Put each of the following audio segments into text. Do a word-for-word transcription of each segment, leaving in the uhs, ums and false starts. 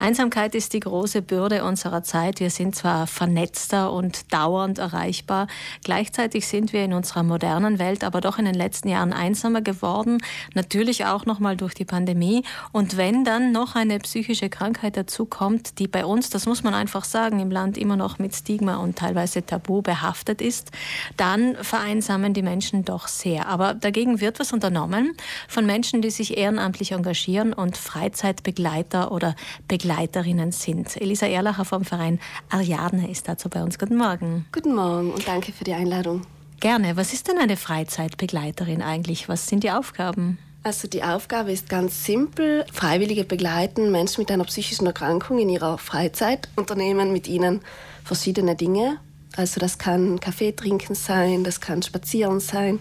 Einsamkeit ist die große Bürde unserer Zeit. Wir sind zwar vernetzter und dauernd erreichbar, gleichzeitig sind wir in unserer modernen Welt aber doch in den letzten Jahren einsamer geworden, natürlich auch nochmal durch die Pandemie. Und wenn dann noch eine psychische Krankheit dazukommt, die bei uns, das muss man einfach sagen, im Land immer noch mit Stigma und teilweise Tabu behaftet ist, dann vereinsamen die Menschen doch sehr. Aber dagegen wird was unternommen von Menschen, die sich ehrenamtlich engagieren und Freizeitbegleiter oder Begleiterinnen sind. Elisa Erlacher vom Verein Ariadne ist dazu bei uns. Guten Morgen. Guten Morgen und danke für die Einladung. Gerne. Was ist denn eine Freizeitbegleiterin eigentlich? Was sind die Aufgaben? Also die Aufgabe ist ganz simpel. Freiwillige begleiten Menschen mit einer psychischen Erkrankung in ihrer Freizeit, unternehmen mit ihnen verschiedene Dinge. Also das kann Kaffee trinken sein, das kann Spazieren sein.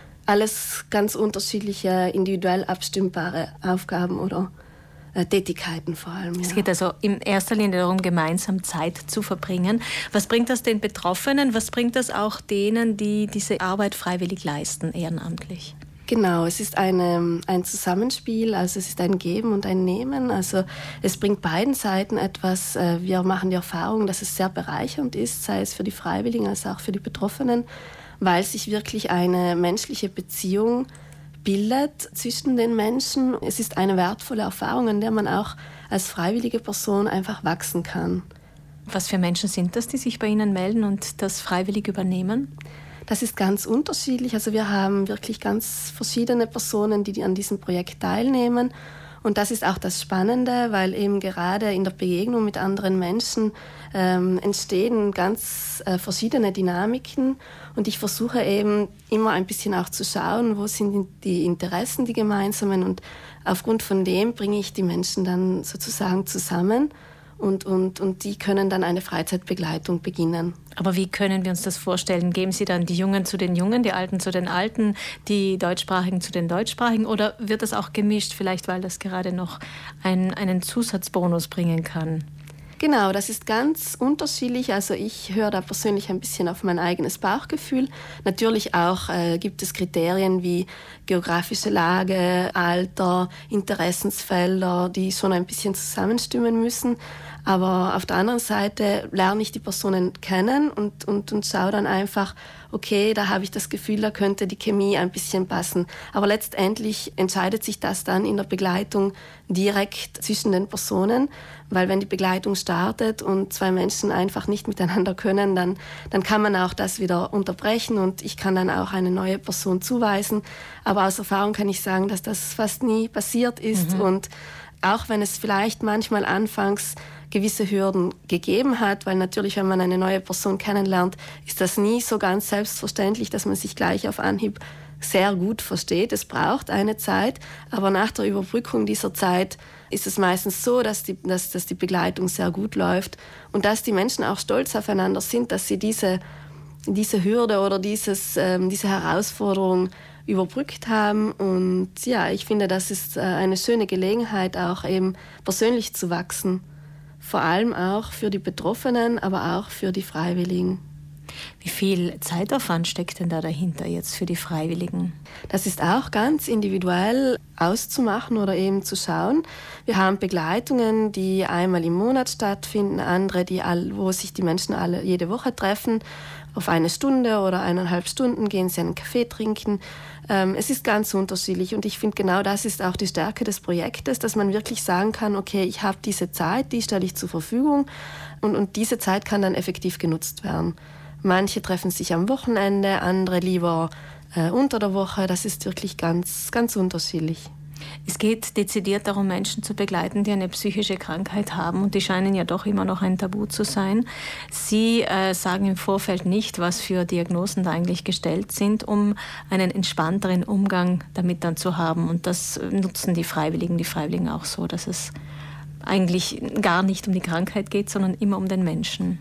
Alles ganz unterschiedliche, individuell abstimmbare Aufgaben oder Tätigkeiten vor allem. Ja. Es geht also in erster Linie darum, gemeinsam Zeit zu verbringen. Was bringt das den Betroffenen? Was bringt das auch denen, die diese Arbeit freiwillig leisten, ehrenamtlich? Genau, es ist eine, ein Zusammenspiel, also es ist ein Geben und ein Nehmen. Also es bringt beiden Seiten etwas. Wir machen die Erfahrung, dass es sehr bereichernd ist, sei es für die Freiwilligen als auch für die Betroffenen, weil sich wirklich eine menschliche Beziehung bildet zwischen den Menschen. Es ist eine wertvolle Erfahrung, an der man auch als freiwillige Person einfach wachsen kann. Was für Menschen sind das, die sich bei Ihnen melden und das freiwillig übernehmen? Das ist ganz unterschiedlich. Also wir haben wirklich ganz verschiedene Personen, die an diesem Projekt teilnehmen. Und das ist auch das Spannende, weil eben gerade in der Begegnung mit anderen Menschen ähm, entstehen ganz äh, verschiedene Dynamiken. Und ich versuche eben immer ein bisschen auch zu schauen, wo sind die Interessen, die gemeinsamen. Und aufgrund von dem bringe ich die Menschen dann sozusagen zusammen. Und, und, und die können dann eine Freizeitbegleitung beginnen. Aber wie können wir uns das vorstellen? Geben Sie dann die Jungen zu den Jungen, die Alten zu den Alten, die Deutschsprachigen zu den Deutschsprachigen? Oder wird das auch gemischt, vielleicht weil das gerade noch ein, einen Zusatzbonus bringen kann? Genau, das ist ganz unterschiedlich. Also ich höre da persönlich ein bisschen auf mein eigenes Bauchgefühl. Natürlich auch äh, gibt es Kriterien wie geografische Lage, Alter, Interessensfelder, die schon ein bisschen zusammenstimmen müssen. Aber auf der anderen Seite lerne ich die Personen kennen und, und, und schaue dann einfach, okay, da habe ich das Gefühl, da könnte die Chemie ein bisschen passen. Aber letztendlich entscheidet sich das dann in der Begleitung direkt zwischen den Personen, weil wenn die Begleitung startet und zwei Menschen einfach nicht miteinander können, dann, dann kann man auch das wieder unterbrechen und ich kann dann auch eine neue Person zuweisen. Aber aus Erfahrung kann ich sagen, dass das fast nie passiert ist. Mhm. Und auch wenn es vielleicht manchmal anfangs gewisse Hürden gegeben hat, weil natürlich, wenn man eine neue Person kennenlernt, ist das nie so ganz selbstverständlich, dass man sich gleich auf Anhieb sehr gut versteht. Es braucht eine Zeit, aber nach der Überbrückung dieser Zeit ist es meistens so, dass die, dass, dass die Begleitung sehr gut läuft und dass die Menschen auch stolz aufeinander sind, dass sie diese, diese Hürde oder dieses, ähm, diese Herausforderung überbrückt haben. Und ja, ich finde, das ist äh, eine schöne Gelegenheit, auch eben persönlich zu wachsen. Vor allem auch für die Betroffenen, aber auch für die Freiwilligen. Wie viel Zeitaufwand steckt denn da dahinter jetzt für die Freiwilligen? Das ist auch ganz individuell auszumachen oder eben zu schauen. Wir haben Begleitungen, die einmal im Monat stattfinden, andere, die all, wo sich die Menschen alle jede Woche treffen. Auf eine Stunde oder eineinhalb Stunden gehen sie einen Kaffee trinken. Ähm, es ist ganz unterschiedlich und ich finde, genau das ist auch die Stärke des Projektes, dass man wirklich sagen kann, okay, ich habe diese Zeit, die stelle ich zur Verfügung und, und diese Zeit kann dann effektiv genutzt werden. Manche treffen sich am Wochenende, andere lieber äh, unter der Woche. Das ist wirklich ganz, ganz unterschiedlich. Es geht dezidiert darum, Menschen zu begleiten, die eine psychische Krankheit haben und die scheinen ja doch immer noch ein Tabu zu sein. Sie äh, sagen im Vorfeld nicht, was für Diagnosen da eigentlich gestellt sind, um einen entspannteren Umgang damit dann zu haben. Und das nutzen die Freiwilligen, die Freiwilligen auch so, dass es eigentlich gar nicht um die Krankheit geht, sondern immer um den Menschen.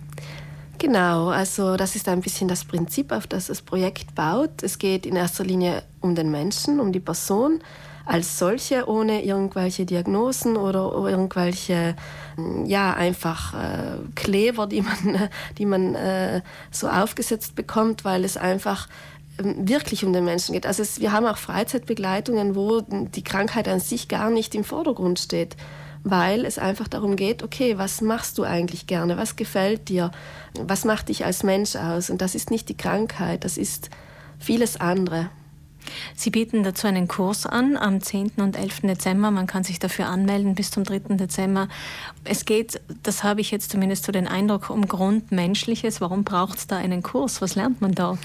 Genau, also das ist ein bisschen das Prinzip, auf das das Projekt baut. Es geht in erster Linie um den Menschen, um die Person als solche, ohne irgendwelche Diagnosen oder irgendwelche, ja, einfach äh, Kleber, die man, die man äh, so aufgesetzt bekommt, weil es einfach wirklich um den Menschen geht. Also es, wir haben auch Freizeitbegleitungen, wo die Krankheit an sich gar nicht im Vordergrund steht, weil es einfach darum geht, okay, was machst du eigentlich gerne, was gefällt dir, was macht dich als Mensch aus? Und das ist nicht die Krankheit, das ist vieles andere. Sie bieten dazu einen Kurs an am zehnten und elften Dezember. Man kann sich dafür anmelden bis zum dritten Dezember. Es geht, das habe ich jetzt zumindest so den Eindruck, um Grundmenschliches. Warum braucht es da einen Kurs? Was lernt man dort?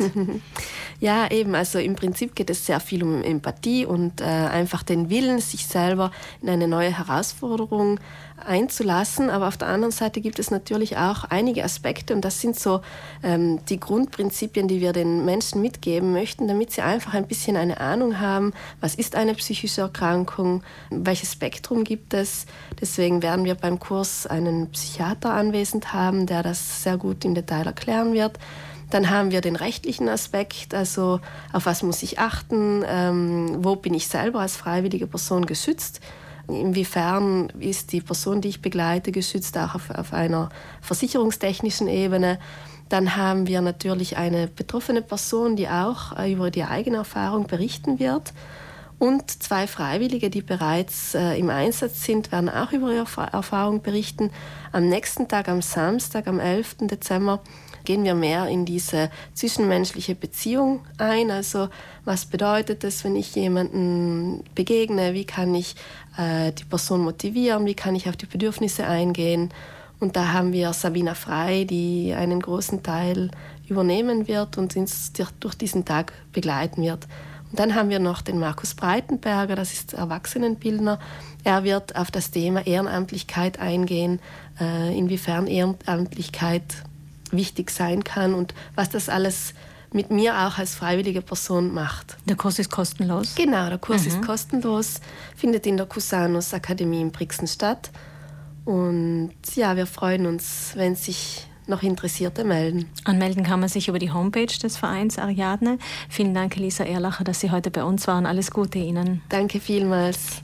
Ja, eben. Also im Prinzip geht es sehr viel um Empathie und äh, einfach den Willen, sich selber in eine neue Herausforderung einzulassen. Aber auf der anderen Seite gibt es natürlich auch einige Aspekte und das sind so ähm, die Grundprinzipien, die wir den Menschen mitgeben möchten, damit sie einfach ein bisschen eine Ahnung haben, was ist eine psychische Erkrankung, welches Spektrum gibt es. Deswegen werden wir beim Kurs einen Psychiater anwesend haben, der das sehr gut im Detail erklären wird. Dann haben wir den rechtlichen Aspekt, also auf was muss ich achten, ähm, wo bin ich selber als freiwillige Person geschützt. Inwiefern ist die Person, die ich begleite, geschützt, auch auf, auf einer versicherungstechnischen Ebene. Dann haben wir natürlich eine betroffene Person, die auch äh, über die eigene Erfahrung berichten wird. Und zwei Freiwillige, die bereits äh, im Einsatz sind, werden auch über ihre Erfahrung berichten. Am nächsten Tag, am Samstag, am elften Dezember, gehen wir mehr in diese zwischenmenschliche Beziehung ein. Also was bedeutet es, wenn ich jemanden begegne? Wie kann ich äh, die Person motivieren? Wie kann ich auf die Bedürfnisse eingehen? Und da haben wir Sabina Frey, die einen großen Teil übernehmen wird und uns durch diesen Tag begleiten wird. Und dann haben wir noch den Markus Breitenberger, das ist Erwachsenenbildner. Er wird auf das Thema Ehrenamtlichkeit eingehen, äh, inwiefern Ehrenamtlichkeit wichtig sein kann und was das alles mit mir auch als freiwillige Person macht. Der Kurs ist kostenlos? Genau, der Kurs mhm. ist kostenlos, findet in der Cusanus Akademie in Brixen statt. Und ja, wir freuen uns, wenn sich noch Interessierte melden. Anmelden kann man sich über die Homepage des Vereins Ariadne. Vielen Dank, Elisa Erlacher, dass Sie heute bei uns waren. Alles Gute Ihnen. Danke vielmals.